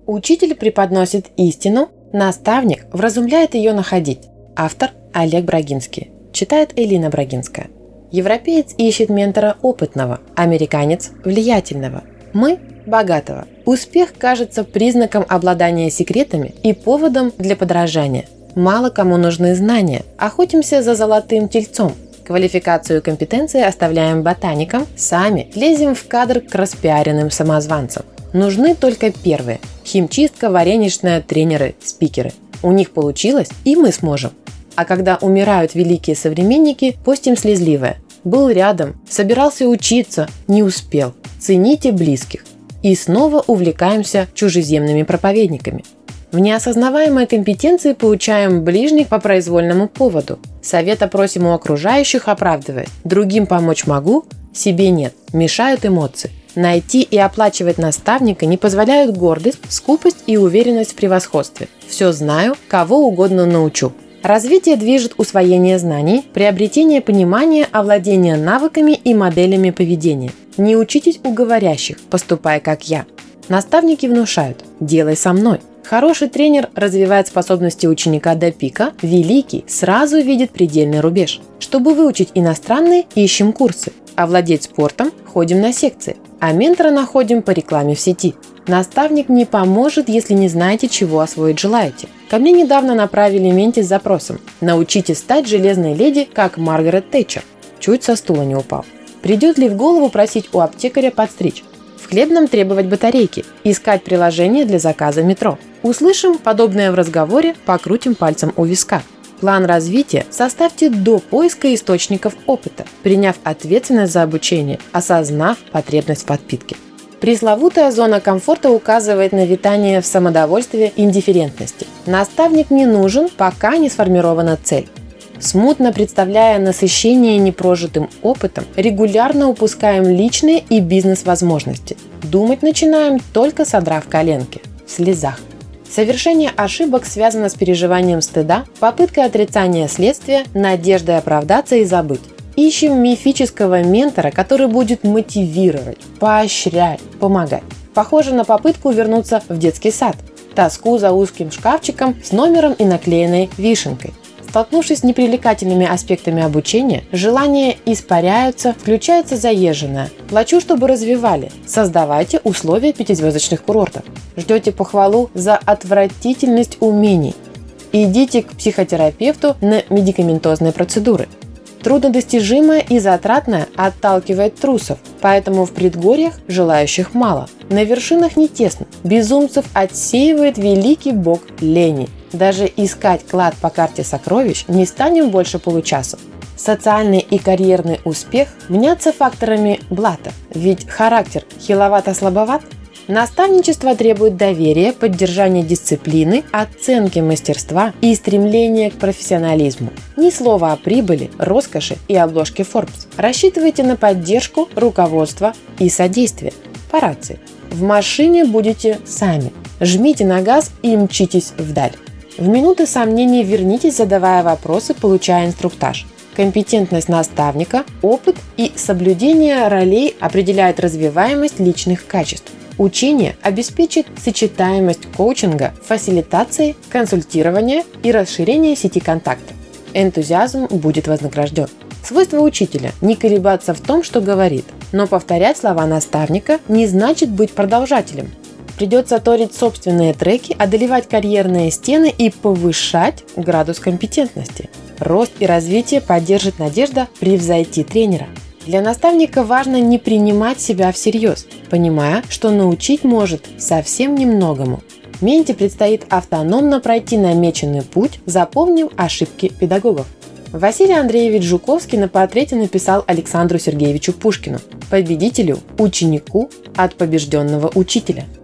Учитель преподносит истину, наставник вразумляет ее находить. Автор Олег Брагинский. Читает Элина Брагинская. Европеец ищет ментора опытного, американец – влиятельного. Мы – богатого. Успех кажется признаком обладания секретами и поводом для подражания. Мало кому нужны знания. Охотимся за золотым тельцом. Квалификацию и компетенции оставляем ботаникам, сами лезем в кадр к распиаренным самозванцам. Нужны только первые – химчистка, вареничная, тренеры, спикеры. У них получилось, и мы сможем. А когда умирают великие современники, постим слезливое. Был рядом, собирался учиться, не успел. Цените близких. И снова увлекаемся чужеземными проповедниками. В неосознаваемой компетенции получаем ближних по произвольному поводу. Совета просим у окружающих, оправдываясь. Другим помочь могу, себе нет, мешают эмоции. Найти и оплачивать наставника не позволяют гордость, скупость и уверенность в превосходстве. Все знаю, кого угодно научу. Развитие движет усвоение знаний, приобретение понимания, овладение навыками и моделями поведения. Не учитесь у говорящих, поступай как я. Наставники внушают «делай со мной». Хороший тренер развивает способности ученика до пика, великий сразу видит предельный рубеж. Чтобы выучить иностранные, ищем курсы. Овладеть спортом – ходим на секции. А ментора находим по рекламе в сети. Наставник не поможет, если не знаете, чего освоить желаете. Ко мне недавно направили менти с запросом «Научите стать железной леди, как Маргарет Тэтчер». Чуть со стула не упал. Придет ли в голову просить у аптекаря подстричь? В хлебном требовать батарейки, искать приложение для заказа метро. Услышим подобное в разговоре, покрутим пальцем у виска. План развития составьте до поиска источников опыта, приняв ответственность за обучение, осознав потребность в подпитке. Пресловутая зона комфорта указывает на витание в самодовольстве и индифферентности. Наставник не нужен, пока не сформирована цель. Смутно представляя насыщение непрожитым опытом, регулярно упускаем личные и бизнес-возможности. Думать начинаем, только содрав коленки, в слезах. Совершение ошибок связано с переживанием стыда, попыткой отрицания следствия, надеждой оправдаться и забыть. Ищем мифического ментора, который будет мотивировать, поощрять, помогать. Похоже на попытку вернуться в детский сад. Тоску за узким шкафчиком с номером и наклеенной вишенкой. Столкнувшись с непривлекательными аспектами обучения, желания испаряются, включается заезженное. Плачу, чтобы развивали. Создавайте условия пятизвездочных курортов. Ждете похвалу за отвратительность умений. Идите к психотерапевту на медикаментозные процедуры. Труднодостижимое и затратное отталкивает трусов, поэтому в предгорьях желающих мало. На вершинах не тесно. Безумцев отсеивает великий бог лени. Даже искать клад по карте сокровищ не станем больше получаса. Социальный и карьерный успех мнятся факторами блата, ведь характер хиловато-слабоват. Наставничество требует доверия, поддержания дисциплины, оценки мастерства и стремления к профессионализму. Ни слова о прибыли, роскоши и обложке Forbes. Рассчитывайте на поддержку, руководство и содействие. По рации. В машине будете сами. Жмите на газ и мчитесь вдаль. В минуты сомнений вернитесь, задавая вопросы, получая инструктаж. Компетентность наставника, опыт и соблюдение ролей определяют развиваемость личных качеств. Учение обеспечит сочетаемость коучинга, фасилитации, консультирования и расширения сети контактов. Энтузиазм будет вознагражден. Свойство учителя – не колебаться в том, что говорит, но повторять слова наставника не значит быть продолжателем. Придется торить собственные треки, одолевать карьерные стены и повышать градус компетентности. Рост и развитие поддержит надежда превзойти тренера. Для наставника важно не принимать себя всерьез, понимая, что научить может совсем немногому. Менти предстоит автономно пройти намеченный путь, запомнив ошибки педагогов. Василий Андреевич Жуковский на портрете написал Александру Сергеевичу Пушкину: победителю, ученику от побежденного учителя.